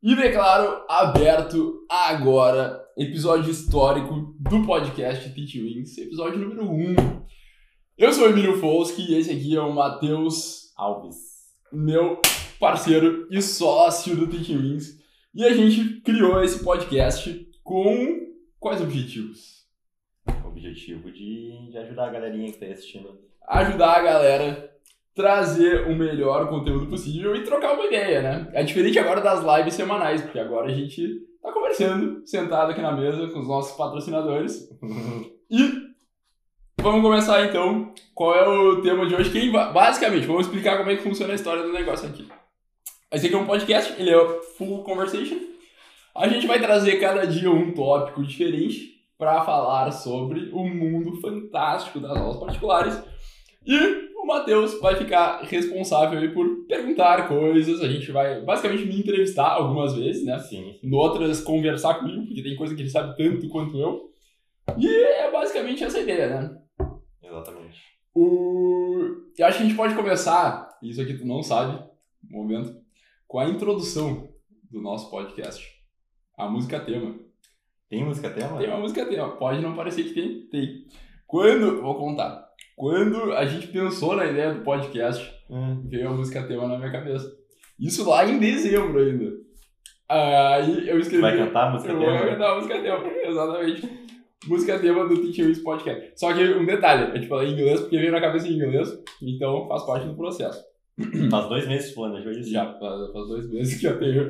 E declaro aberto agora, episódio histórico do podcast Teach Wings, episódio número 1. Eu sou o Emílio Folski e esse aqui é o Matheus Alves, meu parceiro e sócio do Teach Wings. E a gente criou esse podcast com quais objetivos? o objetivo de ajudar a galerinha que tá assistindo. Ajudar a galera, trazer o melhor conteúdo possível e trocar uma ideia, né? É diferente agora das lives semanais, porque agora a gente tá conversando, sentado aqui na mesa com os nossos patrocinadores. E vamos começar então. Qual é o tema de hoje? Basicamente, vamos explicar como é que funciona a história do negócio aqui. Esse aqui é um podcast, ele é full conversation. A gente vai trazer cada dia um tópico diferente para falar sobre o mundo fantástico das aulas particulares. E o Matheus vai ficar responsável aí por perguntar coisas. A gente vai basicamente me entrevistar algumas vezes, né? Sim. Noutras conversar comigo, porque tem coisa que ele sabe tanto quanto eu. E é basicamente essa a ideia, né? Exatamente. Eu acho que a gente pode começar, isso aqui tu não sabe, no momento, com a introdução do nosso podcast. A música tema. Tem música tema? Tem uma música tema. Pode não parecer que tem. Tem. Vou contar. Quando a gente pensou na ideia do podcast, veio a música tema na minha cabeça. Isso lá em dezembro ainda. Aí eu escrevi... Vai cantar a música tema? Eu vou cantar a música tema, exatamente. Música tema do Teach Wings Podcast. Só que um detalhe, eu falei em inglês porque veio na cabeça em inglês, então faz parte do processo. Faz 2 meses que planejou isso? Já, faz 2 meses que eu tenho.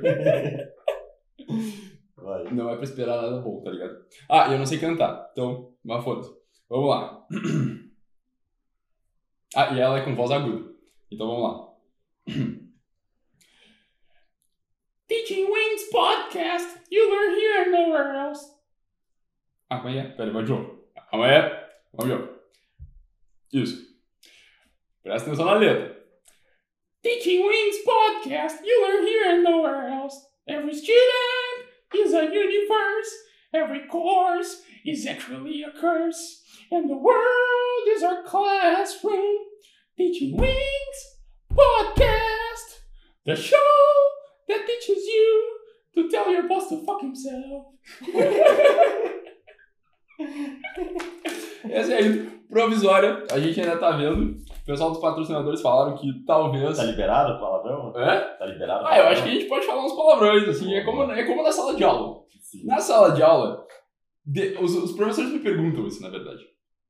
Vai. Não é pra esperar nada bom, tá ligado? E eu não sei cantar, então, mas foda-se. Vamos lá. E ela é com voz aguda. Então vamos lá. Teaching Wings Podcast, you learn here and nowhere else. Como é? Pera, vai de novo. Vamos de novo. Isso. Presta atenção na letra. Teaching Wings Podcast, you learn here and nowhere else. Every student is a universe. Every course is actually a curse. And the world is our classroom. Teaching Wings Podcast, the show that teaches you to tell your boss to fuck himself. Essa é a provisória, a gente ainda tá vendo. O pessoal dos patrocinadores falaram que talvez... Tá liberado o palavrão? É? Tá liberado o Eu palavrão? acho que a gente pode falar uns palavrões, assim, é como na sala de aula. Sim. Na sala de aula, os professores me perguntam isso, na verdade.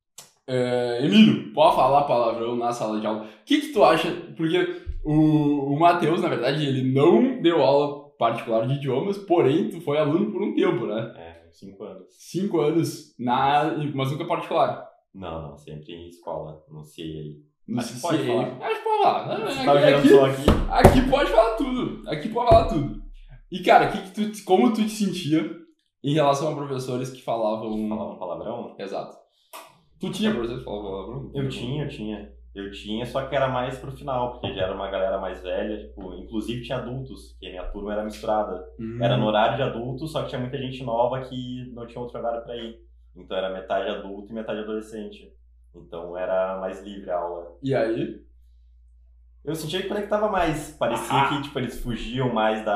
Emílio, pode falar palavrão na sala de aula? O que tu acha? Porque o Matheus, na verdade, ele não deu aula particular de idiomas, porém, tu foi aluno por um tempo, né? 5 anos. 5 anos, mas nunca particular. Não, sempre em escola, não sei aí. Não Acho que pode falar. Acho que pode falar. Você tá gerando só aqui? Aqui pode falar tudo. E, cara, como tu te sentia em relação a professores que falavam palavrão? Exato. Tu tinha professores que falavam palavrão? Eu tinha, só que era mais pro final, porque já era uma galera mais velha, tipo, inclusive tinha adultos, porque a minha turma era misturada. Era no horário de adultos, só que tinha muita gente nova que não tinha outro horário pra ir. Então era metade adulto e metade adolescente. Então era mais livre a aula. E aí? Eu sentia que conectava mais. Parecia que tipo, eles fugiam mais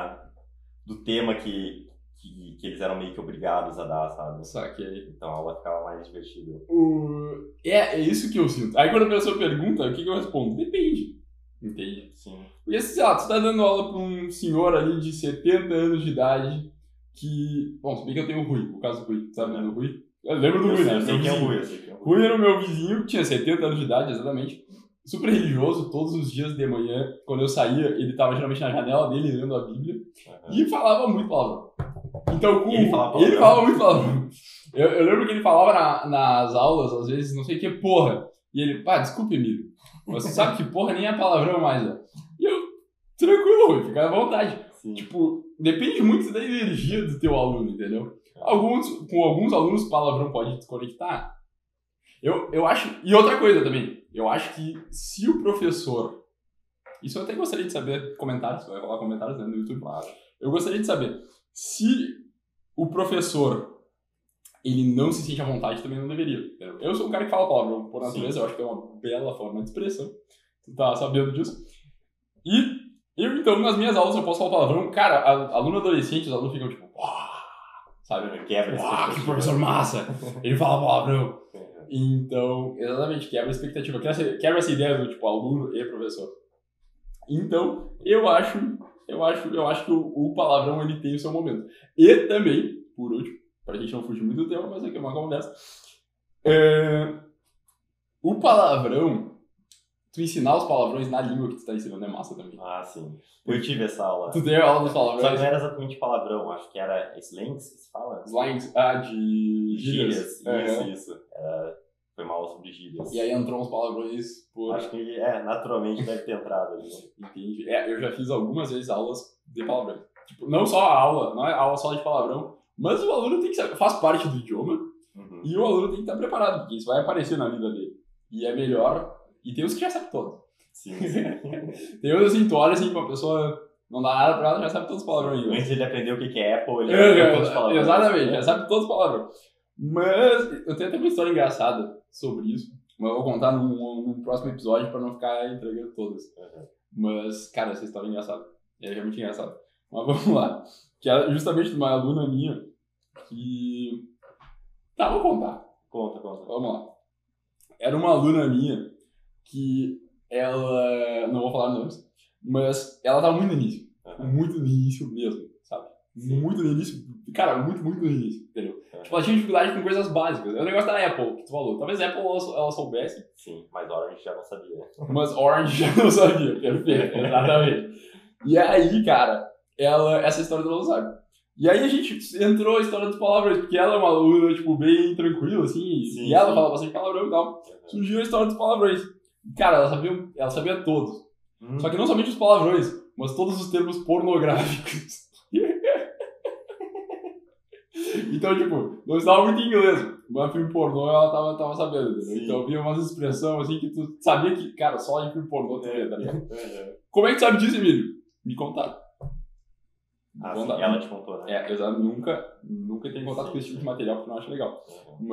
do tema que eles eram meio que obrigados a dar, sabe? Saquei. Então a aula ficava mais divertida. É isso que eu sinto. Aí quando a pessoa pergunta, o que eu respondo? Depende. Entende? Sim. Porque, sei lá, tu tá dando aula pra um senhor ali de 70 anos de idade que... Bom, se bem que eu tenho o Rui, o caso do Rui. Sabe o Rui? Eu lembro do Rui, né? Eu sei que é o Rui. Rui era o meu vizinho, tinha 70 anos de idade, exatamente. Super religioso, todos os dias de manhã, quando eu saía, ele tava geralmente na janela dele, lendo a Bíblia. E falava muito palavrão. Então, ele falava muito palavrão. Eu lembro que ele falava nas aulas, às vezes, não sei o que, porra. E ele, desculpe, Emílio, você sabe que porra nem é palavrão mais, ó. E eu, tranquilo, fica à vontade. Sim. Tipo, depende muito da energia do teu aluno, entendeu? Com alguns alunos, palavrão pode desconectar. Eu acho... E outra coisa também, eu acho que se o professor... Isso eu até gostaria de saber, comentários, vai rolar comentários no YouTube. Claro. Eu gostaria de saber, se o professor, ele não se sente à vontade, também não deveria. Entendeu? Eu sou um cara que fala palavrão por natureza, eu acho que é uma bela forma de expressão. Tu tá sabendo disso. E Então, nas minhas aulas, eu posso falar palavrão. Cara, aluno adolescente, os alunos ficam tipo, uau, sabe? Quebra Uau, que professor massa! Ele fala palavrão. Então, exatamente, quebra a expectativa. Quebra essa ideia do, tipo, aluno e professor. Então, eu acho que o palavrão, ele tem o seu momento. E também, por último, pra gente não fugir muito do tema, mas aqui é uma conversa, o palavrão, tu ensinar os palavrões na língua que tu tá ensinando é massa também. Ah, sim. Eu tive essa aula. Tu tem a aula dos palavrões? Só que não era exatamente palavrão, acho que era slangs que se fala? Slangs, de gírias. Isso. Foi uma aula sobre gírias. E aí entrou uns palavrões por... Acho que, naturalmente deve ter entrado ali. Entendi. Eu já fiz algumas vezes aulas de palavrão. Tipo, não só a aula, não é aula só de palavrão, mas o aluno tem que saber, faz parte do idioma, e o aluno tem que estar preparado, porque isso vai aparecer na vida dele. E é melhor... E tem uns que já sabem todos. Sim. Tem uns assim, tu olha assim, pra pessoa não dá nada pra ela, já sabe todos os palavrões. Antes de ele aprender o que é Apple, ele já sabe todos os palavrões. Exatamente, já sabe todos os palavrões. Mas eu tenho até uma história engraçada sobre isso, mas eu vou contar num próximo episódio pra não ficar entregando todas. Mas, cara, essa história é engraçada. É realmente engraçada. Mas vamos lá. Que era justamente de uma aluna minha que... Tá, vou contar. Conta. Vamos lá. Era uma aluna minha que ela... Não vou falar nomes, mas ela tava muito no início. Muito no início mesmo, sabe? Sim. Muito no início. Cara, muito no início, entendeu? Tipo, ela tinha dificuldade com coisas básicas. É o negócio da Apple, que tu falou. Talvez a Apple ela soubesse. Sim, mas Orange já não sabia. Mas Orange já não sabia, perfeito, exatamente. E aí, cara, essa história ela não sabe. E aí a gente entrou a história dos palavrões, porque ela é uma aluna, tipo, bem tranquila, assim, sim, e ela fala bastante palavrão e tal. Surgiu a história dos palavrões. Cara, ela sabia todos. Só que não somente os palavrões, mas todos os termos pornográficos. Então, tipo, não estava muito em inglês, mas filme pornô ela tava sabendo, entendeu? Então havia umas expressões assim que tu sabia que, cara, só em filme pornô tu vê, tá ligado? Como é que tu sabe disso, Emílio? Me contaram. Sim, ela te contou, né? Exato, nunca tenho contato com esse tipo de material porque eu não acho legal.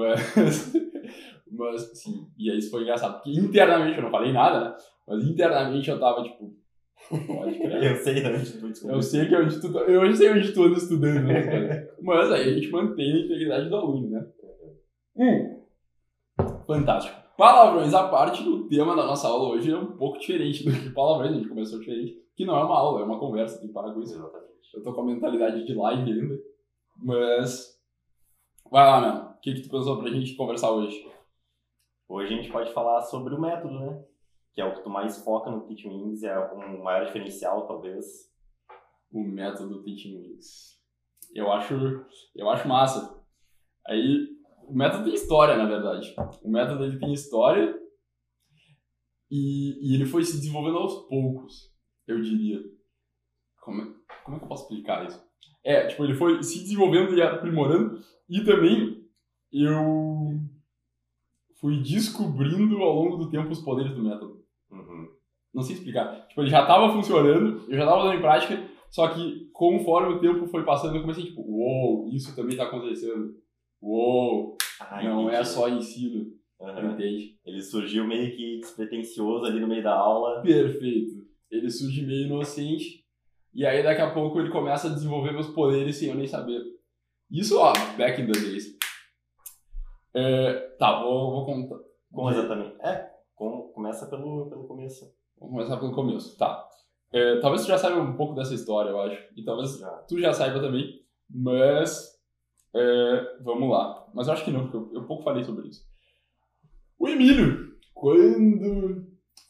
Mas, sim, e aí isso foi engraçado, porque internamente eu não falei nada, né? Mas internamente eu tava, tipo, pode crer. Eu sei onde tu descobriu. Eu sei onde tu anda estudando, né? Mas aí a gente mantém a integridade do aluno, né? Fantástico. Palavrões à parte, o tema da nossa aula hoje é um pouco diferente do que palavrões, a gente começou diferente, que não é uma aula, é uma conversa, tem que parar com isso. Exatamente. Eu tô com a mentalidade de live ainda, mas... Vai lá, mano. O que tu pensou pra gente conversar hoje? Hoje a gente pode falar sobre o método, né? Que é o que tu mais foca no Teaching Wings, é o maior diferencial, talvez. O método Teaching Wings. Eu acho massa. Aí, o método tem história, na verdade. O método ele tem história e ele foi se desenvolvendo aos poucos, eu diria. Como é que eu posso explicar isso? Tipo, ele foi se desenvolvendo e aprimorando e também eu fui descobrindo ao longo do tempo os poderes do método. Não sei explicar. Tipo, ele já estava funcionando, eu já estava dando em prática, só que conforme o tempo foi passando, eu comecei tipo, uou, isso também está acontecendo. Uou, não entendi. É só ensino. Entende? Ele surgiu meio que despretensioso ali no meio da aula. Perfeito. Ele surge meio inocente, e aí daqui a pouco ele começa a desenvolver meus poderes sem eu nem saber. Isso, ó, back in the days. Tá, vou contar. Como exatamente? Começa pelo começo. Vamos começar pelo começo, tá. Talvez tu já saiba um pouco dessa história, eu acho. E talvez tu já saiba também. Mas, vamos lá. Mas eu acho que não, porque eu pouco falei sobre isso. O Emílio, quando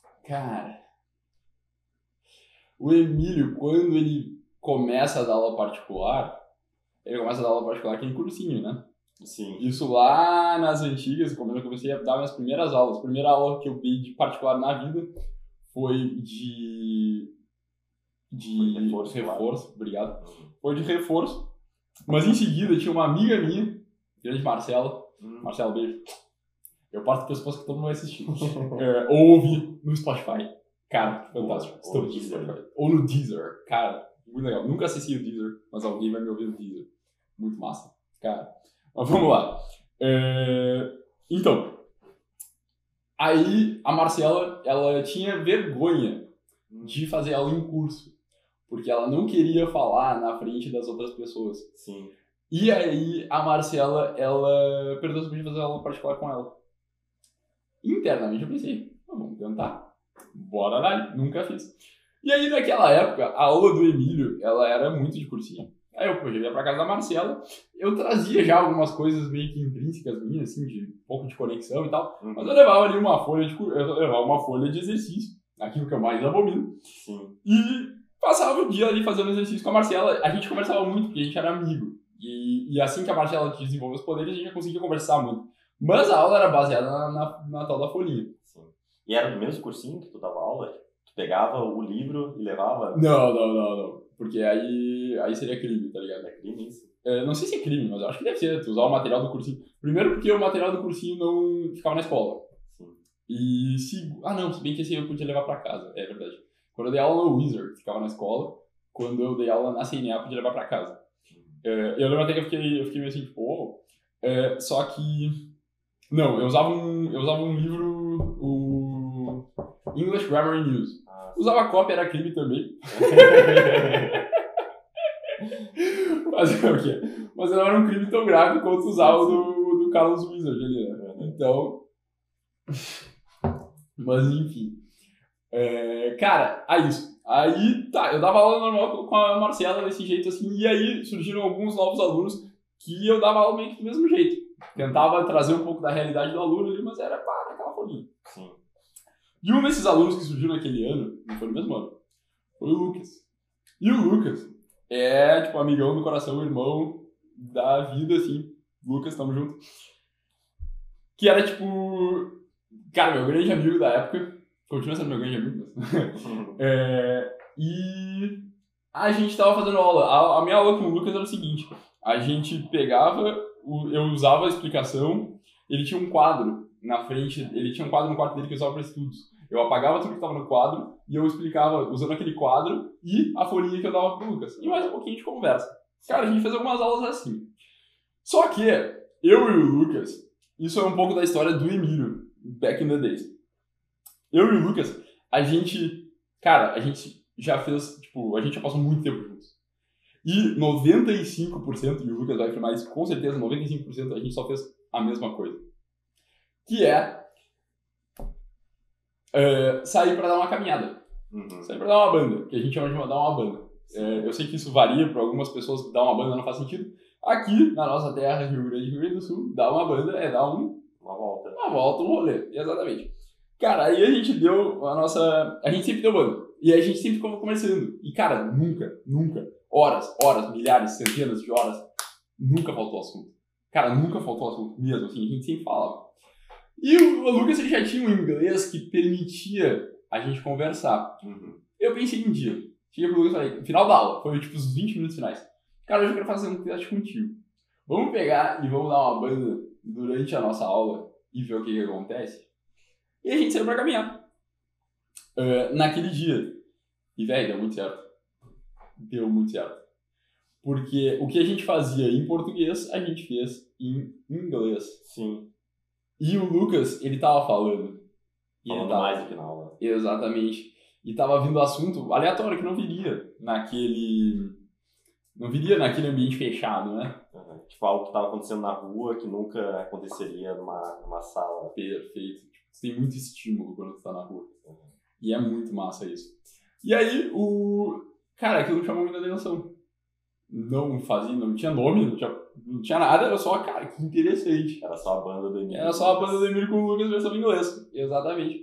ele começa a dar aula particular, que é em cursinho, né? Sim. Isso lá nas antigas, quando eu comecei a dar minhas primeiras aulas. A primeira aula que eu dei de particular na vida foi de reforço, obrigado. Foi de reforço. Mas em seguida tinha uma amiga minha, grande Marcela. Marcela, beijo. Eu parto do pressuposto que todo mundo vai assistir. Ouve no Spotify. Cara, fantástico. Estou no Spotify. Ou no Deezer. Cara, muito legal. Nunca assisti o Deezer, mas alguém vai me ouvir no Deezer. Muito massa. Cara, mas vamos lá. Então, aí a Marcela, ela tinha vergonha de fazer aula em curso. porque ela não queria falar na frente das outras pessoas. Sim. E aí a Marcela, ela perguntou se eu podia fazer aula particular com ela. Internamente eu pensei, vamos tentar. Bora lá, nunca fiz. E aí naquela época, a aula do Emílio, ela era muito de cursinho. Aí eu ia pra casa da Marcela, eu trazia já algumas coisas meio que intrínsecas minhas, assim, de um pouco de conexão e tal, mas eu levava ali uma folha de exercício, aquilo que eu mais abomino. Sim. E passava o dia ali fazendo exercício com a Marcela. A gente conversava muito, porque a gente era amigo. E assim que a Marcela desenvolveu os poderes, a gente já conseguia conversar muito. Mas a aula era baseada na tal da folhinha. Sim. E era do mesmo cursinho que tu dava aula? Tu pegava o livro e levava? Não. Porque aí seria crime, tá ligado? É crime isso? Não sei se é crime, mas eu acho que deve ser. Tu usar o material do cursinho. Primeiro porque o material do cursinho não ficava na escola. Sim. E se... não, se bem que esse eu podia levar pra casa. É verdade. Quando eu dei aula no Wizard, ficava na escola. Quando eu dei aula na CNA, eu podia levar pra casa. Eu lembro até que eu fiquei meio assim, tipo... só que... Não, eu usava um livro... O English Grammar and News. Usava cópia, era crime também. Mas o quê? Mas não era um crime tão grave quanto usar o do Carlos Wizard ali, né? Então... Mas enfim. Cara, isso. Aí, tá, eu dava aula normal com a Marcela desse jeito assim, e aí surgiram alguns novos alunos que eu dava aula meio que do mesmo jeito. Tentava trazer um pouco da realidade do aluno ali, mas era naquela folhinha. Sim. E um desses alunos que surgiu naquele ano, não foi no mesmo ano, foi o Lucas. E o Lucas é, tipo, amigão do coração, irmão da vida, assim. Lucas, tamo junto. Que era, tipo, cara, meu grande amigo da época. Continua sendo meu grande amigo. E a gente tava fazendo aula. A minha aula com o Lucas era o seguinte. A gente pegava, eu usava a explicação, ele tinha um quadro na frente, ele tinha um quadro no quarto dele que eu usava para estudos. Eu apagava tudo que estava no quadro e eu explicava usando aquele quadro e a folhinha que eu dava pro Lucas. E mais um pouquinho de conversa. Cara, a gente fez algumas aulas assim. Só que eu e o Lucas, isso é um pouco da história do Emílio, back in the days. Eu e o Lucas, a gente já fez, tipo, a gente já passou muito tempo juntos. E 95%, e o Lucas vai afirmar isso com certeza, 95% a gente só fez a mesma coisa. Que é sair pra dar uma caminhada. Sair pra dar uma banda, que a gente chama de dar uma banda. Eu sei que isso varia para algumas pessoas, que dar uma banda não faz sentido. Aqui, na nossa terra, Rio Grande do Sul, dar uma banda é dar uma volta. Uma volta, um rolê, exatamente. Cara, aí a gente deu a gente sempre deu banda. E aí a gente sempre ficou conversando. E, cara, nunca, horas, milhares, centenas de horas, nunca faltou assunto. Cara, nunca faltou assunto mesmo, assim, a gente sempre falava. E o Lucas, ele já tinha um inglês que permitia a gente conversar. Eu pensei um dia, cheguei pro Lucas e falei, final da aula, foi tipo os 20 minutos finais. Cara, hoje eu quero fazer um teste contigo. Vamos pegar e vamos dar uma banda durante a nossa aula e ver o que acontece? E a gente saiu pra caminhar. Naquele dia. E, velho, deu muito certo. Deu muito certo. Porque o que a gente fazia em português, a gente fez em inglês. Sim. E o Lucas, ele tava falando. Falando mais do que na aula. Exatamente. E tava vindo assunto aleatório que não viria naquele ambiente fechado, né? Tipo, algo que tava acontecendo na rua que nunca aconteceria numa sala. Perfeito. Você tem muito estímulo quando você tá na rua. E é muito massa isso. E aí, cara, aquilo me chamou muita atenção. Não tinha nome, não tinha nada, era só, cara, que interessante. Era só a banda do Emílio. Era só a banda do Emílio com o Lucas versão em inglês. Exatamente.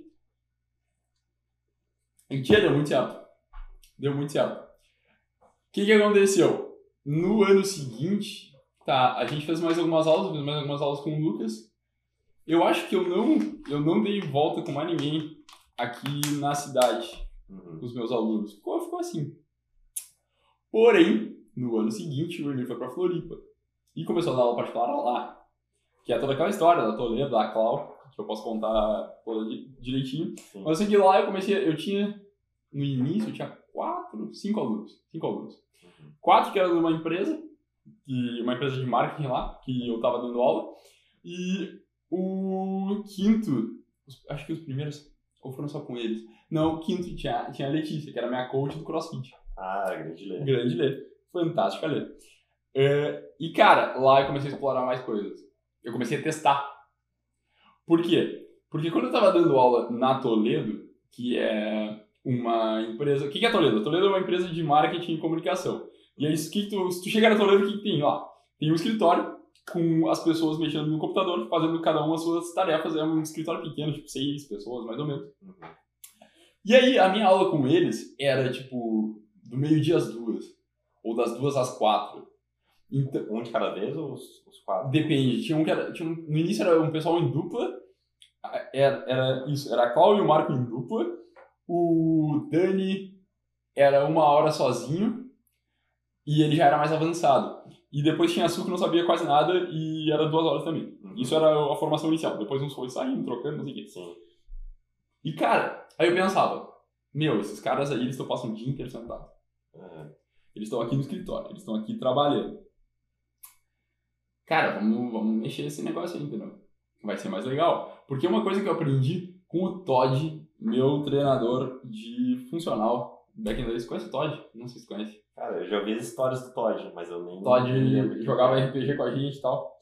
E deu muito certo. Deu muito certo. O que aconteceu? No ano seguinte, a gente fez mais algumas aulas com o Lucas. Eu acho que eu não dei volta com mais ninguém aqui na cidade, com os meus alunos. Ficou assim. Porém, no ano seguinte, o Emílio foi pra Floripa. E começou a dar aula particular lá. Que é toda aquela história da Toledo, da Clau, que eu posso contar toda direitinho. Sim. Mas eu sei que lá no início, eu tinha 5 alunos. 4 que eram de uma empresa de marketing lá, que eu tava dando aula. E o quinto, acho que os primeiros, ou foram só com eles? Não, o quinto tinha a Letícia, que era minha coach do CrossFit. Ah, grande Lê. Grande Lê. Fantástica Lê. E, cara, lá eu comecei a explorar mais coisas. Eu comecei a testar. Por quê? Porque quando eu tava dando aula na Toledo, que é uma empresa... O que é a Toledo? A Toledo é uma empresa de marketing e comunicação. E aí, se tu chegar na Toledo, o que tem lá? Tem um escritório com as pessoas mexendo no computador, fazendo cada uma as suas tarefas. É um escritório pequeno, tipo 6 pessoas, mais ou menos. E aí, a minha aula com eles era, tipo, do meio-dia às 2. Ou das 2 às 4. Então, um de cada vez ou os 4? Depende. No início era um pessoal em dupla. Era isso. Era a Cláudia e o Marco em dupla. O Dani era 1 hora sozinho. E ele já era mais avançado. E depois tinha a Su que não sabia quase nada e era 2 horas também. Isso era a formação inicial. Depois uns foi saindo, trocando, não sei o que. Sim. E, cara, aí eu pensava, esses caras aí, eles passam o dia inteiro sentados. Eles estão aqui no escritório, eles estão aqui trabalhando. Cara, vamos mexer nesse negócio aí, entendeu? Vai ser mais legal. Porque uma coisa que eu aprendi com o Todd, meu treinador de funcional, back in the days, conhece o Todd? Não sei se conhece. Cara, eu já ouvi as histórias do Todd, mas eu nem... Todd jogava RPG com a gente e tal.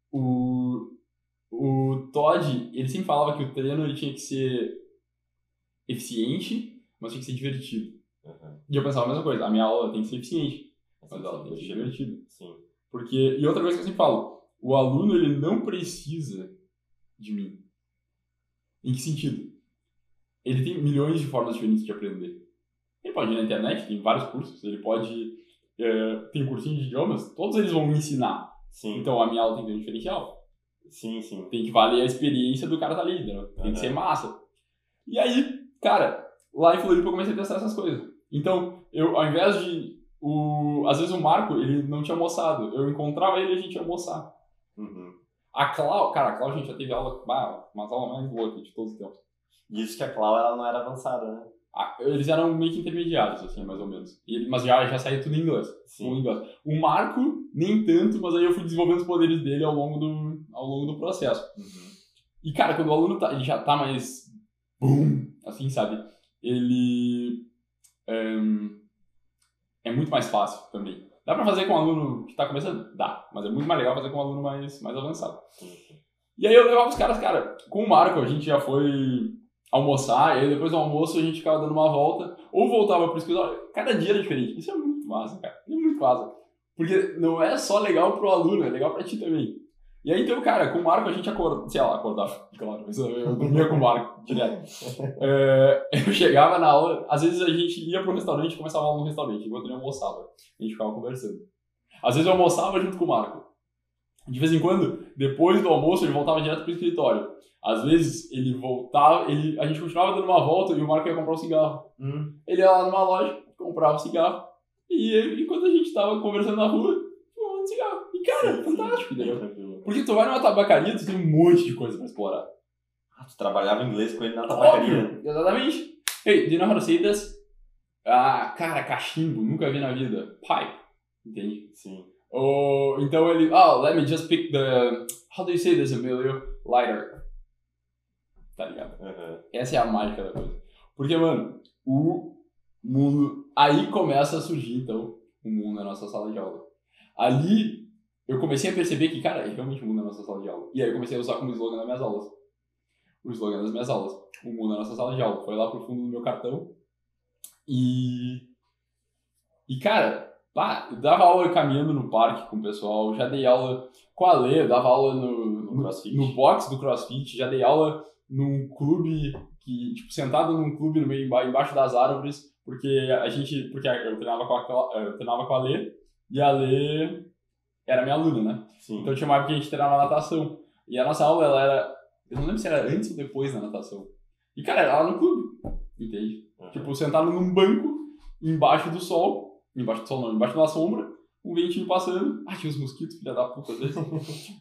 O Todd, ele sempre falava que o treino ele tinha que ser eficiente, mas tinha que ser divertido. E eu pensava a mesma coisa, a minha aula tem que ser eficiente, mas ela tem que ser divertida. Sim. Porque, e outra coisa que eu sempre falo, o aluno ele não precisa de mim. Em que sentido? Ele tem milhões de formas diferentes de aprender. Ele pode ir na internet, tem vários cursos, ele pode... tem um cursinho de idiomas, todos eles vão me ensinar. Sim. Então a minha aula tem que ter um diferencial. Sim. Tem que valer a experiência do cara tá ali, né? Tem que ser massa. E aí, cara, lá em Floripa eu comecei a testar essas coisas. Então, eu, ao invés de... às vezes o Marco, ele não tinha almoçado. Eu encontrava ele e a gente ia almoçar. A Cláudia, a gente já teve aula, umas aulas mais loucas de todos os tempos. E isso que a Cláudia, ela não era avançada, né? Eles eram meio que intermediários, assim, mais ou menos. Mas já saía tudo em inglês. Sim. O Marco, nem tanto, mas aí eu fui desenvolvendo os poderes dele ao longo do processo. E, cara, quando o aluno ele já tá mais... assim, sabe? Ele... é muito mais fácil também. Dá pra fazer com um aluno que tá começando? Dá. Mas é muito mais legal fazer com um aluno mais avançado. E aí eu levava os caras, cara, com o Marco a gente já foi almoçar, e aí depois do almoço a gente ficava dando uma volta, ou voltava pro escritório. Cada dia era diferente. Isso é muito massa, cara. É muito massa. Porque não é só legal pro aluno, é legal pra ti também. E aí, então, cara, com o Marco a gente acordava, claro, mas eu dormia com o Marco direto. Eu chegava na aula, às vezes a gente ia pro restaurante, começava a aula no restaurante, enquanto ele almoçava. A gente ficava conversando. Às vezes eu almoçava junto com o Marco. De vez em quando, depois do almoço, ele voltava direto pro escritório. Às vezes, ele voltava, a gente continuava dando uma volta e o Marco ia comprar um cigarro. Ele ia lá numa loja, comprava um cigarro, e enquanto a gente tava conversando na rua, fumando cigarro. E, cara, fantástico, entendeu? Porque tu vai numa tabacaria, tu tem um monte de coisa pra explorar. Tu trabalhava inglês com ele na tabacaria. Óbvio, exatamente. Hey, do you know how to say this? Cara, cachimbo, nunca vi na vida. Pipe, entende? Sim. Então ele, let me just pick the, how do you say this, Emilio? Lighter. Tá ligado? Essa é a mágica da coisa. Porque, mano, o mundo, aí começa a surgir, então, o mundo na nossa sala de aula. Ali, eu comecei a perceber que, cara, é realmente o mundo na nossa sala de aula. E aí eu comecei a usar como slogan nas minhas aulas. O slogan das minhas aulas. O mundo na nossa sala de aula. Foi lá pro fundo do meu cartão. E cara, eu dava aula caminhando no parque com o pessoal. Já dei aula com a Lê, dava aula no box do CrossFit. Já dei aula num clube, sentado num clube no meio, embaixo das árvores. Porque eu treinava com a Lê. E a Lê era minha aluna, né? Sim. Então tinha uma época que a gente treinava natação. E a nossa aula, ela era... Eu não lembro se era antes ou depois da natação. E, cara, era lá no clube. Entende? Tipo, sentado num banco, embaixo do sol. Embaixo do sol não, embaixo da sombra. Um ventinho passando. Tinha os mosquitos, filha da puta, às vezes.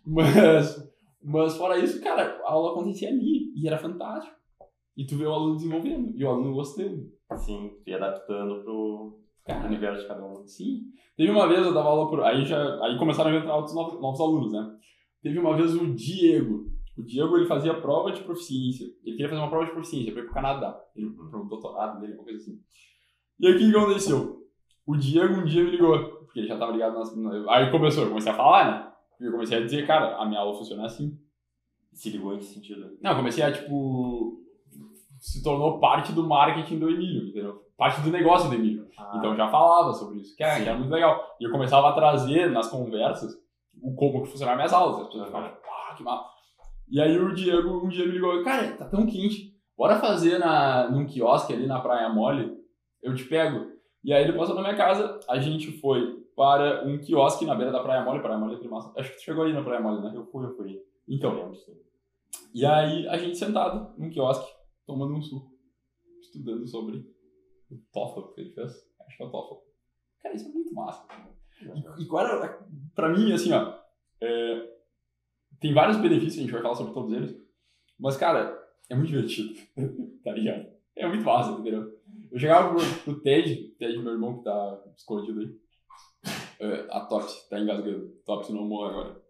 mas fora isso, cara, a aula acontecia ali. E era fantástico. E tu vê o aluno desenvolvendo. E o aluno gostando. Sim, tu ia adaptando pro universo de cada um. Sim. Teve uma vez eu dava aula aí começaram a entrar outros novos alunos, né? Teve uma vez o Diego. O Diego, ele fazia prova de proficiência. Ele queria fazer uma prova de proficiência pra ir pro Canadá. Pro doutorado dele, alguma coisa assim. E aí, o que aconteceu? O Diego um dia me ligou, porque ele já tava ligado Aí eu comecei a falar, né? Eu comecei a dizer, cara, a minha aula funciona assim. Se ligou em que sentido? Não, eu comecei a, tipo... Se tornou parte do marketing do Emílio, entendeu? Parte do negócio do Emílio. Então eu já falava sobre isso, que era muito legal. E eu começava a trazer nas conversas o como que funcionavam minhas aulas. As pessoas ficavam, que mal. E aí o Diego um dia me ligou, cara, tá tão quente, bora fazer num quiosque ali na Praia Mole, eu te pego. E aí ele passou na minha casa, a gente foi para um quiosque na beira da Praia Mole é Trimassa. Acho que tu chegou aí na Praia Mole, né? Eu fui. Então, e aí a gente sentado num quiosque, tomando um suco, estudando sobre o TOEFL que ele fez. Acho que é o TOEFL. Cara, isso é muito massa. E qual era, pra mim, assim, ó, tem vários benefícios, a gente vai falar sobre todos eles, mas, cara, é muito divertido, tá ligado? É muito massa, entendeu? Eu chegava pro Ted, meu irmão que tá escondido aí, a Tops, tá engasgando, Tops não morre agora.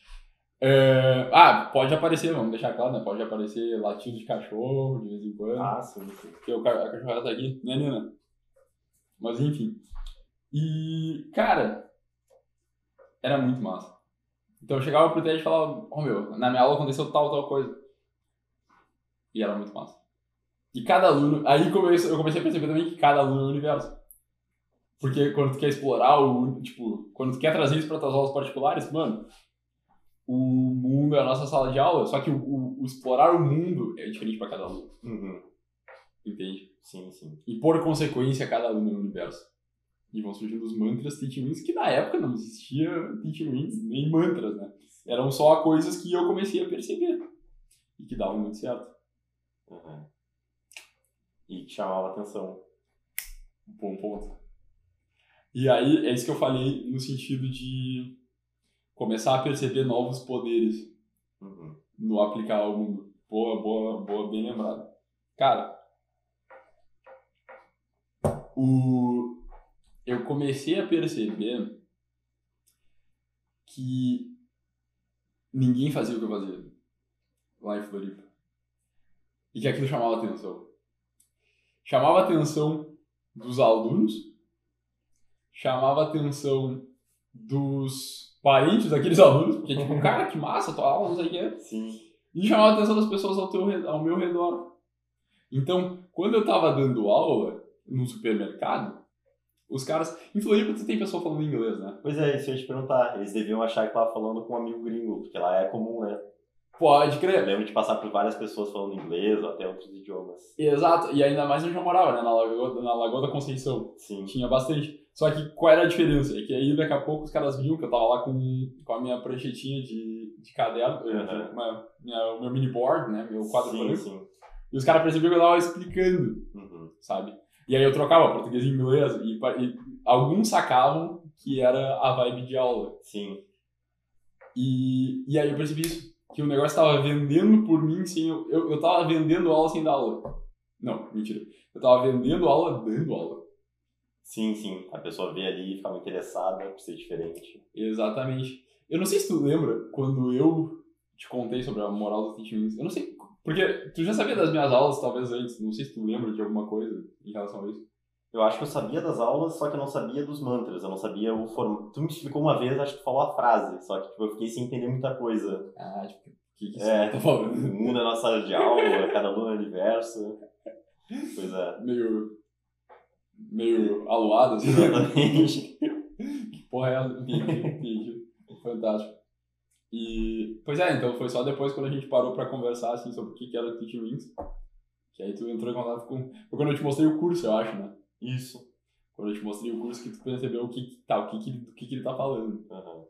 Pode aparecer, vamos deixar claro, né? Pode aparecer latido de cachorro de vez em quando. Sim. Porque a cachorrada tá aqui, né, Nina? Mas enfim. E, cara, era muito massa. Então eu chegava pro Ted e falava, na minha aula aconteceu tal coisa. E era muito massa. E cada aluno... Aí eu comecei a perceber também que cada aluno é um universo. Porque quando tu quer explorar quando tu quer trazer isso para tuas aulas particulares, mano, o mundo é a nossa sala de aula, só que o explorar o mundo é diferente para cada aluno. Uhum. Entende? Sim. E por consequência, cada aluno é um universo. E vão surgindo os mantras teaching wins, que na época não existia teaching wins nem mantras, né? Eram só coisas que eu comecei a perceber. E que davam muito certo. Uhum. E que chamava atenção. Bom ponto. E aí, é isso que eu falei no sentido de começar a perceber novos poderes no aplicar ao mundo. Boa, bem lembrado. Cara, eu comecei a perceber que ninguém fazia o que eu fazia lá em Floripa. E que aquilo chamava atenção. Chamava a atenção dos alunos, chamava a atenção dos parentes daqueles alunos, porque tipo, cara, que massa, tua aula, não sei o que. Sim. E chamava a atenção das pessoas ao meu redor. Então, quando eu tava dando aula no supermercado, os caras... Em Floripa, tu tem pessoa falando inglês, né? Pois é, isso eu ia te perguntar. Eles deviam achar que tava falando com um amigo gringo, porque lá é comum, né? Pode crer. Eu lembro de passar por várias pessoas falando inglês ou até outros idiomas. Exato, e ainda mais onde eu morava, né? Na Lagoa da Conceição. Sim. Tinha bastante. Só que qual era a diferença? É que aí daqui a pouco os caras viam que eu tava lá com a minha pranchetinha de caderno, o meu mini board, né? Meu quadro branco. Sim. E os caras percebiam que eu tava explicando, sabe? E aí eu trocava português e inglês e alguns sacavam que era a vibe de aula. Sim. E aí eu percebi isso. Que o negócio tava vendendo por mim sem eu tava vendendo aula sem dar aula. Não, mentira. Eu tava vendendo aula dando aula. Sim. A pessoa vê ali e fica interessada por ser diferente. Exatamente. Eu não sei se tu lembra quando eu te contei sobre a moral dos teaching wins. Eu não sei. Porque tu já sabia das minhas aulas, talvez antes. Não sei se tu lembra de alguma coisa em relação a isso. Eu acho que eu sabia das aulas, só que eu não sabia dos mantras. Eu não sabia o formato. Tu me explicou uma vez, acho que tu falou a frase. Só que tipo, eu fiquei sem entender muita coisa. Tipo, o que isso tá falando? O mundo é a nossa sala de aula, cada aluno é o universo. Pois é. Meio aluado, assim. Exatamente. Que porra é essa? Entendi. Fantástico. E, pois então foi só depois quando a gente parou pra conversar, assim, sobre o que era o Teaching Wings. Que aí tu entrou em contato com... Foi quando eu te mostrei o curso, eu acho, né? Isso. Quando eu te mostrei o curso que tu percebeu o que ele tá falando. Uhum.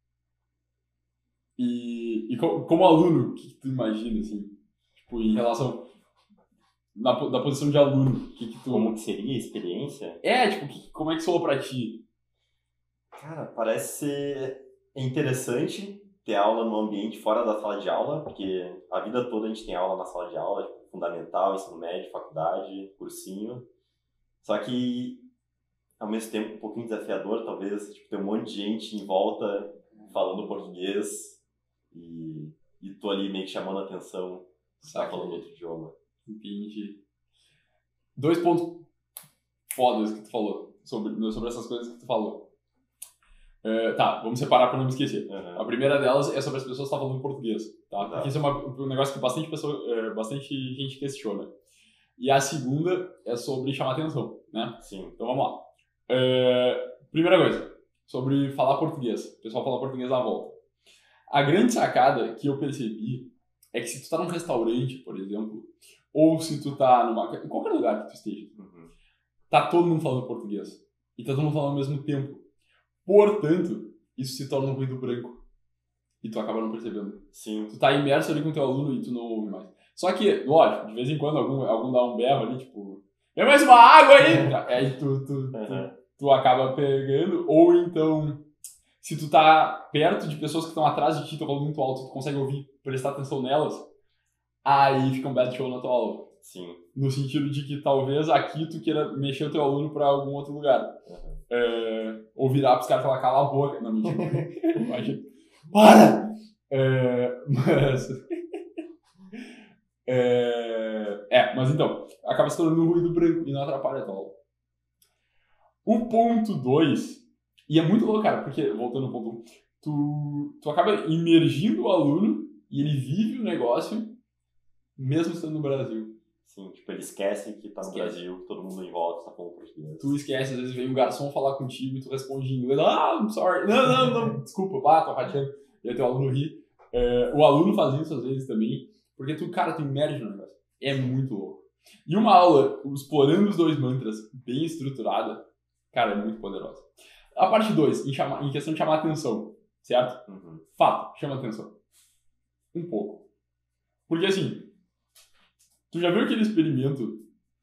E como aluno, o que tu imagina, assim? Tipo, em relação... Da posição de aluno, o que tu... Como que seria a experiência? Como é que soa pra ti? Cara, parece ser interessante ter aula no ambiente fora da sala de aula, porque a vida toda a gente tem aula na sala de aula, tipo, fundamental, ensino médio, faculdade, cursinho. Só que, ao mesmo tempo, um pouquinho desafiador, talvez, tipo, ter um monte de gente em volta falando português e tu ali meio que chamando a atenção, tá falando outro idioma. Entendi. 2 pontos fodas que tu falou. sobre essas coisas que tu falou. Tá, vamos separar pra não me esquecer. Uhum. A primeira delas é sobre as pessoas que estão falando português, tá? Exato. Porque isso é um negócio que bastante gente questiona. E a segunda é sobre chamar atenção, né? Sim. Então vamos lá. Primeira coisa, sobre falar português. O pessoal fala português à volta. A grande sacada que eu percebi é que se tu tá num restaurante, por exemplo, ou se tu tá em qualquer lugar que tu esteja, tá todo mundo falando português. E tá todo mundo falando ao mesmo tempo. Portanto, isso se torna um ruído branco. E tu acaba não percebendo. Sim. Tu tá imerso ali com o teu aluno e tu não ouve mais. Só que, lógico, de vez em quando algum dá um berro ali, tipo, vem mais uma água aí! Aí tu acaba pegando, ou então, se tu tá perto de pessoas que estão atrás de ti, estão falando muito alto, tu consegue ouvir, prestar atenção nelas, aí fica um bad show na tua aula. Sim. No sentido de que talvez aqui tu queira mexer o teu aluno pra algum outro lugar. Ou virar pros caras e falar, cala a boca. Não, mentira. Imagina. Para! Mas então, acaba se tornando um ruído branco e não atrapalha a tua aula. O ponto 2, e é muito louco, cara, porque, voltando ao ponto 1, tu acaba imergindo o aluno e ele vive o negócio mesmo estando no Brasil. Sim, tipo, ele esquece que tá no Brasil, que todo mundo em volta tá falando português. Tu esquece, às vezes vem um garçom falar contigo e tu responde em inglês. I'm sorry. Não, desculpa, tô rateando. E aí teu aluno ri. O aluno faz isso às vezes também, porque tu imerge no negócio. É muito louco. E uma aula explorando os 2 mantras, bem estruturada, cara, é muito poderosa. A parte 2, em questão de chamar atenção, certo? Fato, chama atenção. Um pouco. Porque assim, tu já viu aquele experimento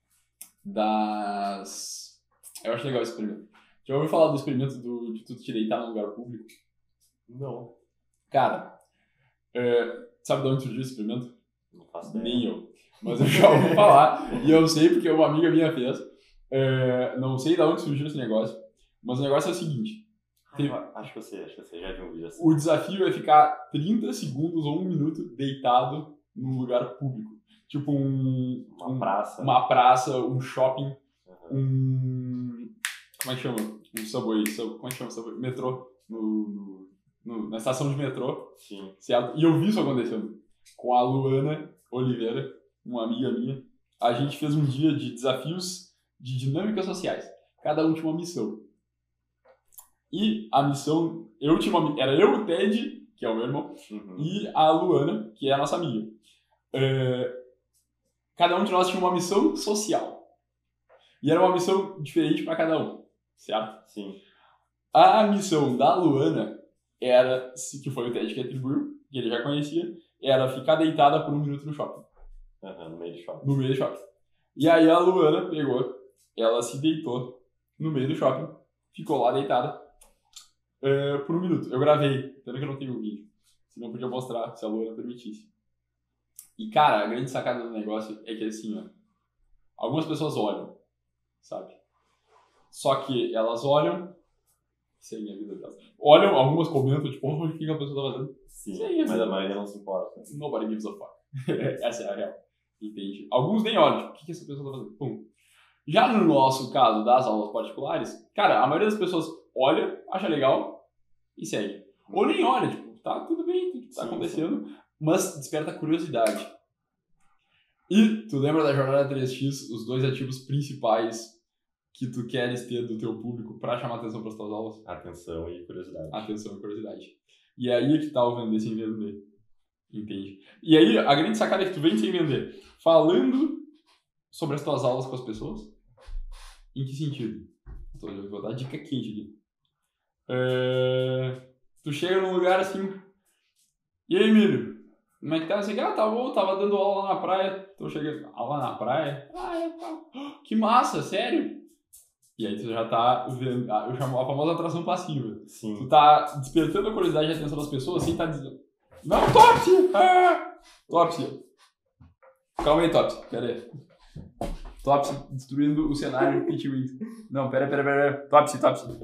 das... Eu acho legal esse experimento. Já ouviu falar do experimento de tu te deitar num lugar público? Não. Cara, sabe de onde surgiu esse experimento? Não faço ideia. Nem eu. Mas eu já ouvi falar, e eu sei porque uma amiga minha fez. Não sei de onde surgiu esse negócio, mas o negócio é o seguinte. Acho que eu sei, já vi um vídeo assim. O desafio é ficar 30 segundos ou 1 minuto deitado num lugar público. Tipo praça. Uma praça, um shopping, como é que chama? Um subway. Como é que chama o subway? Metrô. Na estação de metrô. Sim. Certo? E eu vi isso acontecendo. Com a Luana Oliveira, uma amiga minha. A gente fez um dia de desafios de dinâmicas sociais. Cada um tinha uma missão. E a missão... Era eu, o Ted, que é o meu irmão, e a Luana, que é a nossa amiga. Cada um de nós tinha uma missão social. E era uma missão diferente para cada um, certo? Sim. A missão da Luana era, que foi o Ted que atribuiu, que ele já conhecia, era ficar deitada por 1 minuto no shopping. No meio do shopping. No meio do shopping. E aí a Luana pegou, ela se deitou no meio do shopping, ficou lá deitada por 1 minuto. Eu gravei, pena que eu não tenho o vídeo, senão eu podia mostrar se a Luana permitisse. E cara, a grande sacada do negócio é que assim, ó, algumas pessoas olham, sabe? Só que elas olham, sem a vida delas. Olham, algumas comentam, tipo, o que a pessoa tá fazendo? Sim, mas a maioria não se importa. Nobody gives a fuck. Essa é a real. Entende? Alguns nem olham, tipo, o que essa pessoa tá fazendo? Pum. Já no nosso caso das aulas particulares, cara, a maioria das pessoas olha, acha legal e segue. Ou nem olha, tipo, tá tudo bem, o que tá acontecendo, mas desperta curiosidade. E tu lembra da jornada 3x, os 2 ativos principais que tu queres ter do teu público pra chamar atenção pras tuas aulas? Atenção e curiosidade. Atenção e curiosidade. E aí é que tá o vender sem vender. Entende? E aí, a grande sacada é que tu vende sem vender. Falando sobre as tuas aulas com as pessoas. Em que sentido? Eu vou dar dica quente aqui. Tu chega num lugar assim... E aí, Emílio? Como é que tá? Você tá bom, tava dando aula lá na praia. Tô chegando... Aula na praia? Que massa, sério? E aí tu já tá vendo... Eu chamo a famosa atração passiva. Sim. Tu tá despertando a curiosidade e a atenção das pessoas sem tá dizendo... Não, Topsy! Topsy! Calma aí, Topsy. Pera aí. Topsy destruindo o cenário Pit Wings. Não, pera. Topsy.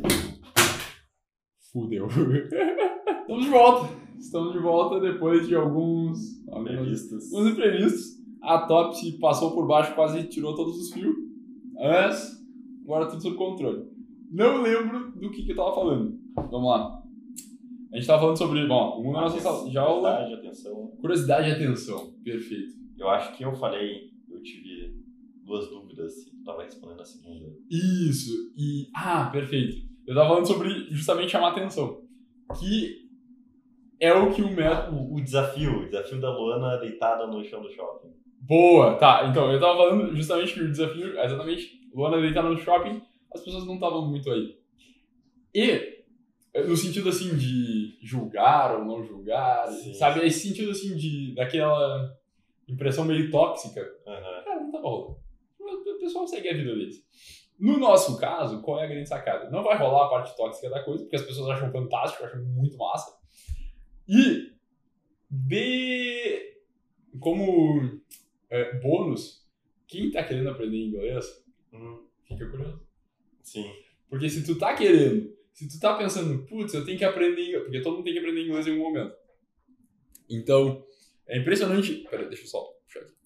Fudeu. Estamos de volta depois de alguns imprevistos. A Topsy passou por baixo, quase tirou todos os fios. Mas agora tudo sob controle. Não lembro do que eu tava falando. Vamos lá. A gente tava falando sobre, bom, o mundo da nossa sala de aula. Curiosidade, atenção. Curiosidade e atenção. Perfeito. Eu acho que eu tive 2 dúvidas se tu tava respondendo a segunda. Isso. Perfeito. Eu tava falando sobre justamente chamar atenção. Que é o que o método... O desafio da Luana deitada no chão do shopping. Boa, tá. Então, eu tava falando justamente que o desafio, exatamente, Luana deitada no shopping, as pessoas não estavam muito aí. E, no sentido, assim, de julgar ou não julgar, Sim. sabe? Esse sentido, assim, daquela impressão meio tóxica. Uhum. Cara, não tava rolando. O pessoal segue a vida deles. No nosso caso, qual é a grande sacada? Não vai rolar a parte tóxica da coisa, porque as pessoas acham fantástico, acham muito massa. E, como bônus, quem tá querendo aprender inglês, fica curioso. Sim. Porque se tu tá querendo, se tu tá pensando, putz, eu tenho que aprender inglês, porque todo mundo tem que aprender inglês em algum momento. Então, é impressionante... Pera, deixa eu só puxar aqui.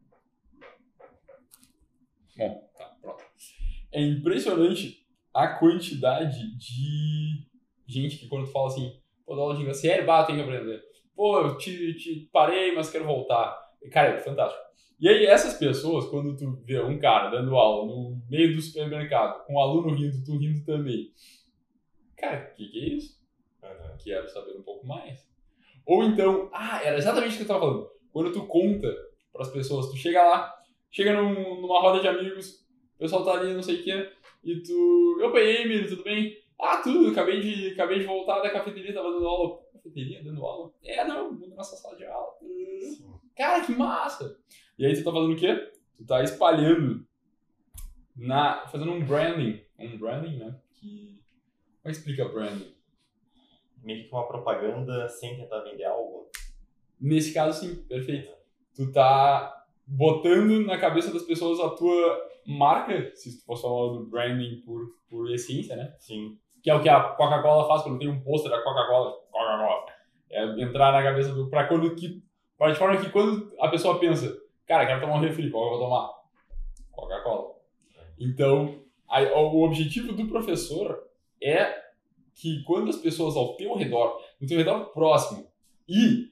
Bom, tá, pronto. É impressionante a quantidade de gente que quando tu fala assim, pô, dá aula de inglês, sério, eu tenho que aprender. Pô, eu te parei, mas quero voltar. Cara, é fantástico. E aí, essas pessoas, quando tu vê um cara dando aula no meio do supermercado, com um aluno rindo, tu rindo também. Cara, o que é isso? Quero saber um pouco mais. Ou então, era exatamente o que eu tava falando. Quando tu conta pras pessoas, tu chega lá, numa roda de amigos, o pessoal tá ali, não sei o quê, e tu... Opa, e aí, Emílio, tudo bem? Tudo, acabei de voltar da cafeteria, tava dando aula. Cafeteria, dando aula? Não, nossa sala de aula. Cara, que massa! E aí tu tá fazendo o quê? Tu tá espalhando, fazendo um branding. Um branding, né? Como é que explica branding? Meio que uma propaganda sem tentar vender algo. Nesse caso, sim, perfeito. Tu tá botando na cabeça das pessoas a tua marca, se tu fosse falar do branding por essência, né? Sim. Que é o que a Coca-Cola faz quando tem um pôster da Coca-Cola. É entrar na cabeça de forma que quando a pessoa pensa, cara, quero tomar um refri, qual eu vou tomar? Coca-Cola. Então, o objetivo do professor é que quando as pessoas ao teu redor, no teu redor próximo, e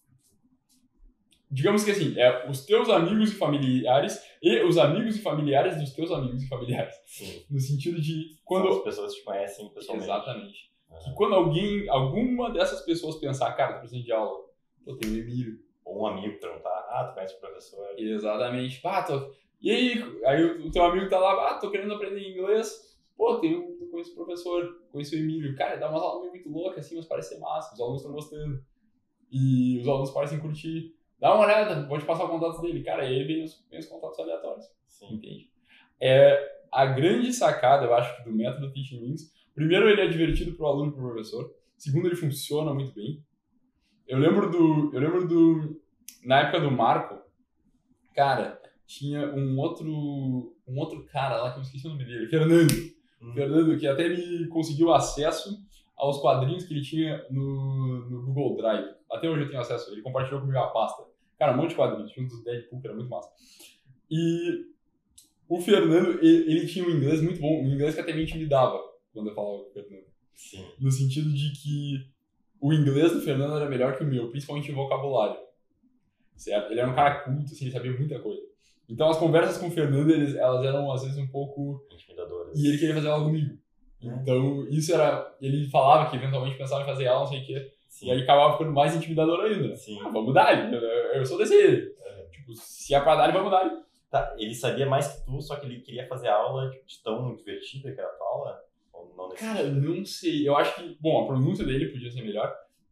digamos que assim, os teus amigos e familiares e os amigos e familiares dos teus amigos e familiares. Sim. No sentido de quando as pessoas te conhecem pessoalmente. Exatamente. Que quando alguma dessas pessoas pensar, cara, tô precisando de aula, pô, tem o Emílio. Ou um amigo perguntar, tu conhece o professor? Exatamente. E aí o teu amigo tá lá, tô querendo aprender inglês, pô, eu conheço o professor, conheço o Emílio. Cara, dá umas aulas muito loucas assim, mas parece ser massa, os alunos estão gostando. E os alunos parecem curtir. Dá uma olhada, vou te passar o contato dele. Cara, aí vem os contatos aleatórios. Sim. Entende? A grande sacada, eu acho, do método Teaching Wings, primeiro, ele é divertido pro aluno e pro professor. Segundo, ele funciona muito bem. Eu lembro na época do Marco, cara, tinha um outro cara lá, que eu esqueci o nome dele, Fernando, que até ele conseguiu acesso aos quadrinhos que ele tinha no Google Drive. Até hoje eu tenho acesso, ele compartilhou comigo a pasta. Cara, um monte de quadrinhos, tinha um dos Deadpool, que era muito massa. E o Fernando, ele tinha um inglês muito bom, um inglês que até me intimidava quando eu falava com o Fernando. Sim. No sentido de que o inglês do Fernando era melhor que o meu, principalmente em vocabulário. Certo? Ele era um cara culto, assim, ele sabia muita coisa. Então as conversas com o Fernando, elas eram às vezes um pouco intimidadoras. E ele queria fazer aula comigo. Então isso era... Ele falava que eventualmente pensava em fazer aula, não sei o quê. Sim. E aí acabava ficando mais intimidador ainda. Sim. Vamos dar, eu sou desse... Tipo, se é pra dar, vamos dar. Tá, ele sabia mais que tu, só que ele queria fazer aula de tão divertida que era a tua aula? Ou não nesse Cara, sentido? não sei. Eu acho que... Bom, a pronúncia dele podia ser melhor.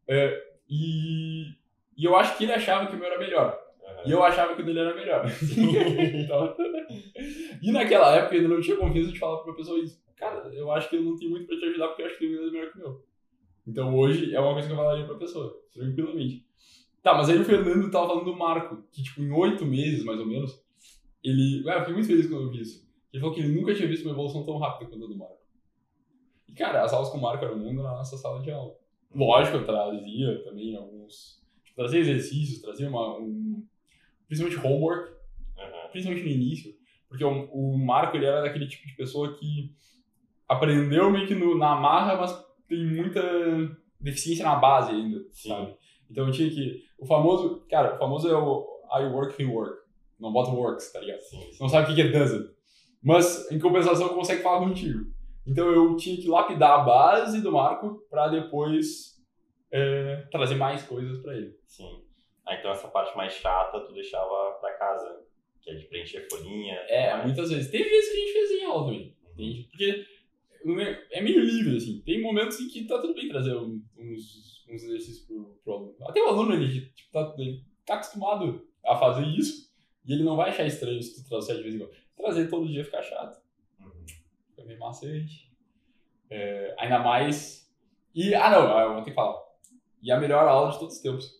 E eu acho que ele achava que o meu era melhor. E eu achava que o dele era melhor. Então, e naquela época eu ainda não tinha confiança de falar pro professor isso. Cara, eu acho que ele não tem muito pra te ajudar porque eu acho que o inglês é melhor que o meu. Então hoje é uma coisa que eu falaria pra pessoa, tranquilamente. Tá, mas aí o Fernando tava falando do Marco, que tipo, em 8 meses, mais ou menos, eu fiquei muito feliz quando eu vi isso. Ele falou que ele nunca tinha visto uma evolução tão rápida quanto a do Marco. E cara, as aulas com o Marco eram o mundo na nossa sala de aula. Lógico, eu trazia também alguns... Tipo, trazia exercícios, trazia principalmente homework, principalmente no início. Porque o Marco, ele era daquele tipo de pessoa que aprendeu meio que na marra, mas tem muita deficiência na base ainda, Sim. sabe? Então eu tinha que... O famoso é o I work, he work. Não bota works, tá ligado? Sim. Não sabe o que é doesn't. Mas, em compensação, consegue falar contigo. Então eu tinha que lapidar a base do Marco pra depois trazer mais coisas pra ele. Sim. Então essa parte mais chata tu deixava pra casa, que é de preencher folhinha. Muitas vezes. Teve vezes que a gente fez em aula também. Entende? Porque é meio livre, assim. Tem momentos em que tá tudo bem trazer uns exercícios pro aluno. Até o aluno, ele tá acostumado a fazer isso e ele não vai achar estranho se tu trouxer de vez em quando. Trazer todo dia fica chato. Fica meio maçante. Ainda mais... eu vou ter que falar. E a melhor aula de todos os tempos.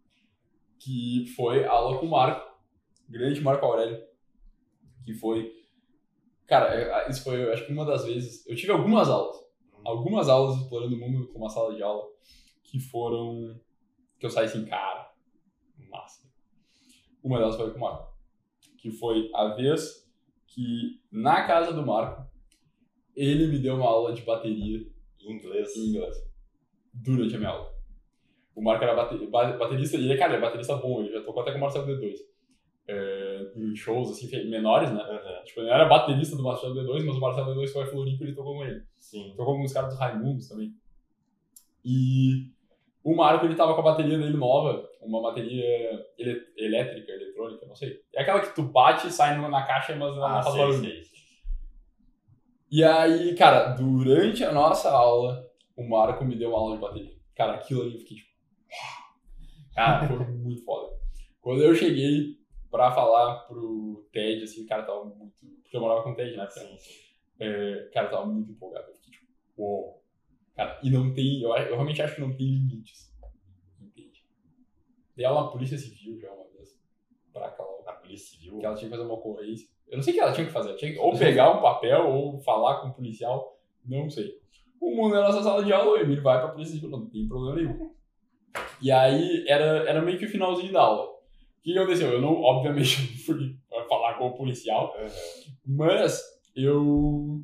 Que foi a aula com o Marco. Grande Marco Aurélio. Que foi... Cara, isso foi, eu acho que uma das vezes... Eu tive algumas aulas. Algumas aulas explorando o mundo com uma sala de aula que foram... Que eu saí assim, cara, massa. Uma delas foi com o Marco. Que foi a vez que, na casa do Marco, ele me deu uma aula de bateria em inglês. Durante a minha aula. O Marco era baterista, e ele, cara, é baterista bom, ele já tocou até com o Marcelo D2. Em shows, assim, menores, né? Tipo, ele era baterista do Marcelo D2, mas o Marcelo D2 foi a Floripa e ele tocou com ele. Sim. Tocou com os caras dos Raimundos também. E o Marco, ele tava com a bateria dele nova, uma bateria elétrica, eletrônica, não sei. É aquela que tu bate e sai na caixa, mas não faz barulho. Sei. E aí, cara, durante a nossa aula, o Marco me deu uma aula de bateria. Cara, aquilo ali eu fiquei tipo... Cara, foi muito foda. Quando eu cheguei pra falar pro Ted, assim, o cara tava muito... Porque eu morava com o Ted, né? Sim. Cara, tava muito empolgado. Eu fiquei tipo, uou. Cara, e não tem... Eu realmente acho que não tem limites. Entende? Dei aula na Polícia Civil já uma vez. Pra aquela... Na Polícia Civil? Que ela tinha que fazer uma ocorrência. Eu não sei o que ela tinha que fazer. Ela tinha que ou pegar um papel ou falar com o policial. Não sei. O mundo na nossa sala de aula, o Emílio vai pra Polícia Civil. Não tem problema nenhum. E aí, era meio que o finalzinho da aula. O que aconteceu? Eu não, obviamente, fui falar com o policial. Mas eu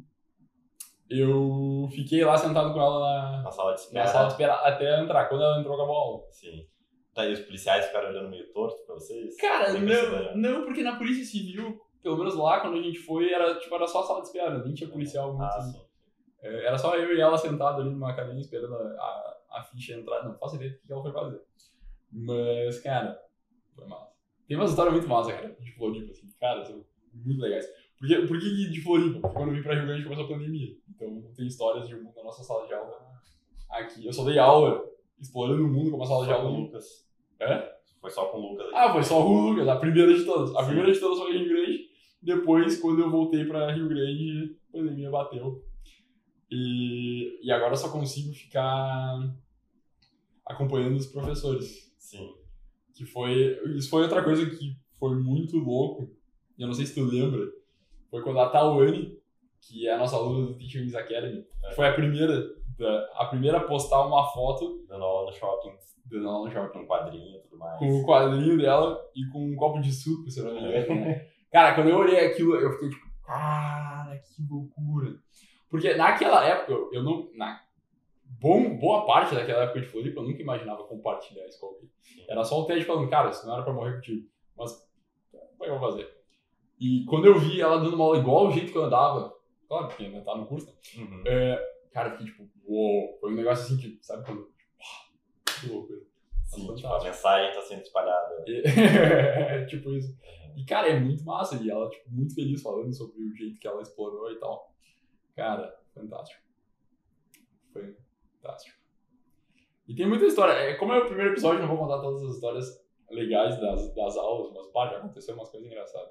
fiquei lá sentado com ela na sala de espera. Na sala de espera até entrar. Quando ela entrou, acabou a aula. Sim. Tá, e os policiais ficaram olhando meio torto pra vocês? Cara, não, porque na Polícia Civil, pelo menos lá, quando a gente foi, era só a sala de espera. Nem tinha policial muito. Sim. Era só eu e ela sentado ali numa cadeirinha esperando a ficha entrar. Não faço ideia do que ela foi fazer. Mas, cara, foi massa. Tem umas histórias muito massas, cara, de Floripa, assim. Cara, são muito legais. Por que de Floripa? Porque quando eu vim pra Rio Grande começou a pandemia. Então não tem histórias de mundo na nossa sala de aula aqui. Eu só dei aula explorando o mundo com uma sala de aula. Com o Lucas. Foi só com o Lucas. Foi só com o Lucas, a primeira de todas. A primeira de todas foi em Rio Grande. Depois, quando eu voltei pra Rio Grande, a pandemia bateu. E agora eu só consigo ficar acompanhando os professores. Sim. Isso foi outra coisa que foi muito louco. E eu não sei se tu lembra. Foi quando a Tawane, que é a nossa aluna do Teaching Wings Academy, foi a primeira a postar uma foto dando aula no shopping. Com um quadrinho e tudo mais. Com o quadrinho dela e com um copo de suco, se eu não me engano, né? Cara, quando eu olhei aquilo, eu fiquei tipo, cara, que loucura. Porque naquela época, eu não... boa parte daquela época de Floripa, eu nunca imaginava compartilhar isso com alguém. Era só o Ted falando, cara, isso não era pra morrer contigo. Mas, como é que eu vou fazer? E quando eu vi ela dando uma aula igual ao jeito que eu andava, claro, porque ainda tá no curso, né? Cara, eu fiquei tipo, uou. Foi um negócio assim que, sabe, quando... Que loucura. Sim, tipo, a mensagem tá sendo espalhada. Tipo isso. E, cara, é muito massa. E ela, tipo, muito feliz falando sobre o jeito que ela explorou e tal. Cara, fantástico. Fantástico. E tem muita história. Como é o primeiro episódio, não vou contar todas as histórias legais das aulas, mas, pá, já aconteceu umas coisas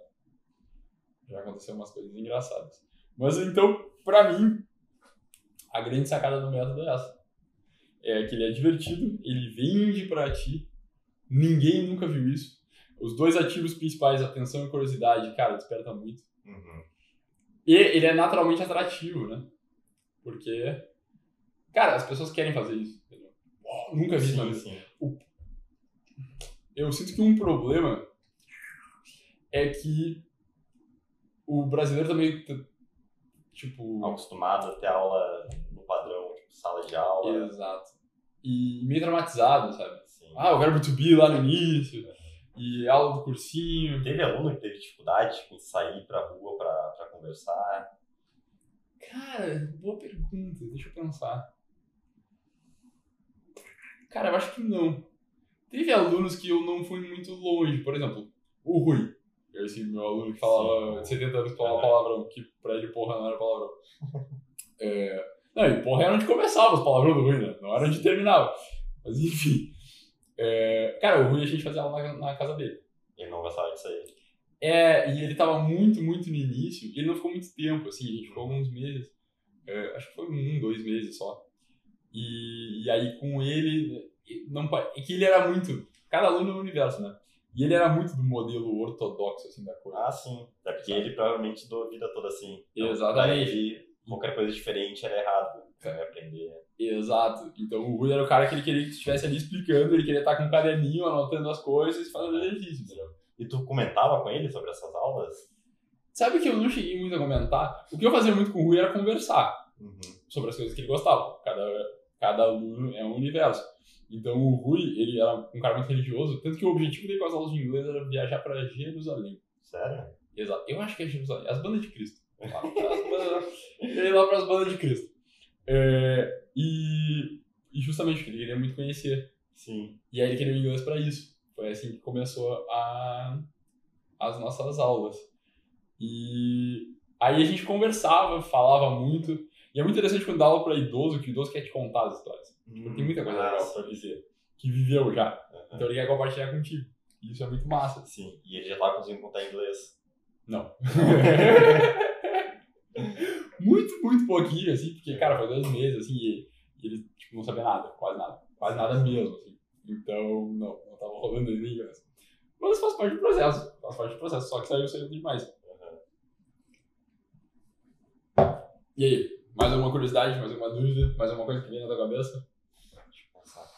engraçadas. Mas, então, pra mim, a grande sacada do método é essa. É que ele é divertido, ele vende pra ti, ninguém nunca viu isso. Os dois ativos principais, atenção e curiosidade, cara, desperta muito. E ele é naturalmente atrativo, né? Porque, cara, as pessoas querem fazer isso. Nunca vi isso na vida. Eu sinto que um problema é que o brasileiro também... tipo... Acostumado a ter aula no padrão, tipo, sala de aula. Exato. E meio traumatizado, sabe? Assim. O verbo to be lá no início, e aula do cursinho. Teve aluno que teve dificuldade tipo, em sair pra rua pra conversar? Cara, boa pergunta, deixa eu pensar. Cara, eu acho que não. Teve alunos que eu não fui muito longe, por exemplo, o Rui. Esse meu aluno que falava 70 anos que falava palavrão, que pra ele porra não era palavrão. Não, e porra era onde começava os palavrões do Rui, né? Não era onde terminava. Mas enfim. Cara, o Rui a gente fazia aula na casa dele. Ele não gostava disso aí. E ele tava muito, muito no início, e ele não ficou muito tempo, assim, a gente ficou alguns meses. Acho que foi 2 meses só. E aí com ele, é que ele era muito, cada aluno é um universo, né? E ele era muito do modelo ortodoxo, assim, da coisa. Ah, sim. É porque ele provavelmente estudou a vida toda assim. Então, Exatamente. Ele, qualquer coisa diferente era errado. Então ele ia aprender. Exato. Então o Rui era o cara que ele queria que estivesse ali explicando, ele queria estar com um caderninho, anotando as coisas e fazendo exercício, entendeu? E tu comentava com ele sobre essas aulas? Sabe que eu não cheguei muito a comentar? O que eu fazia muito com o Rui era conversar sobre as coisas que ele gostava. Cada aluno é um universo. Então o Rui, ele era um cara muito religioso, tanto que o objetivo dele com as aulas de inglês era viajar para Jerusalém. Sério? Exato. Eu acho que é Jerusalém. As bandas de Cristo. Ele lá para as bandas de Cristo. E justamente porque ele queria muito conhecer. Sim. E aí ele queria o inglês para isso. Foi assim que começou as nossas aulas. E aí a gente conversava, falava muito. E é muito interessante quando dá aula para idoso, que o idoso quer te contar as histórias. Porque tem muita coisa legal para dizer, que viveu já. Então ele quer compartilhar contigo. E isso é muito massa. Sim, e ele já tava conseguindo contar em inglês. Não. Muito, muito pouquinho, assim, porque, cara, foi 2 meses, assim, e ele, tipo, não sabia nada, quase nada. Quase nada mesmo, assim. Então, não tava rolando ainda em inglês. Mas faz parte do processo, só que saiu cedo demais. E aí, mais alguma curiosidade, mais alguma dúvida, mais alguma coisa que vem na tua cabeça? Deixa eu pensar.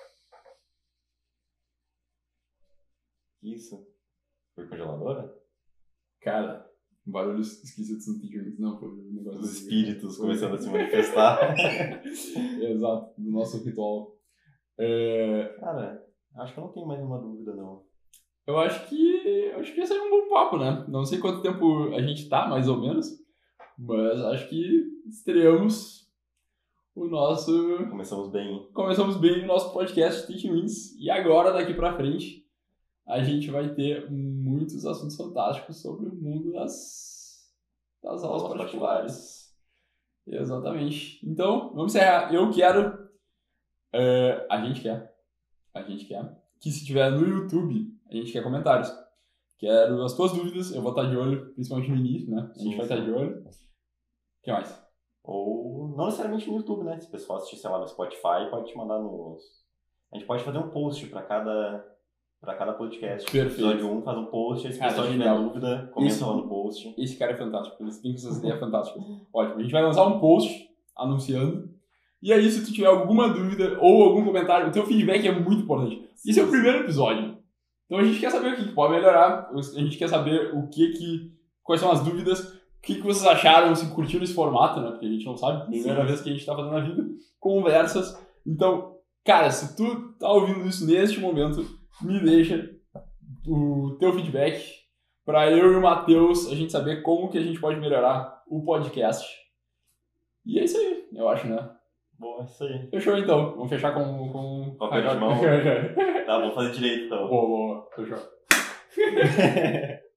Isso? Foi congeladora? Cara, barulhos esquisitos no Teachers, não, foi um negócio Os espíritos começando a se manifestar. Exato, do nosso ritual. Cara, acho que eu não tenho mais nenhuma dúvida, não. Eu acho que esse é um bom papo, né? Não sei quanto tempo a gente tá, mais ou menos, mas acho que estreamos o nosso... Começamos bem. Começamos bem o nosso podcast Teaching Wins. E agora, daqui pra frente, a gente vai ter muitos assuntos fantásticos sobre o mundo das aulas particulares. Exatamente. Então, vamos encerrar. Eu quero... A gente quer que, se tiver no YouTube, a gente quer comentários. Quero as tuas dúvidas, eu vou estar de olho, principalmente no início, né? A gente vai estar de olho. O que mais? Ou não necessariamente no YouTube, né? Se o pessoal assistir, sei lá, no Spotify, pode te mandar nos... A gente pode fazer um post para cada podcast. Perfeito. Episódio 1 faz um post, aí se o pessoal tiver dúvida, comenta lá no post. Esse cara é fantástico, eles têm essas ideias fantásticas. Ótimo, a gente vai lançar um post anunciando. E aí, se tu tiver alguma dúvida ou algum comentário, o teu feedback é muito importante. Esse é o primeiro episódio. Então a gente quer saber o que pode melhorar, a gente quer saber quais são as dúvidas, o que vocês acharam, se curtiram esse formato, né? Porque a gente não sabe, primeira vez que a gente tá fazendo na vida, conversas. Então, cara, se tu tá ouvindo isso neste momento, me deixa o teu feedback para eu e o Matheus a gente saber como que a gente pode melhorar o podcast. E é isso aí, eu acho, né? Bom, é isso aí. Fechou então. Vamos fechar com... Papel de mão. Tá, vamos fazer direito então. Boa. Fechou.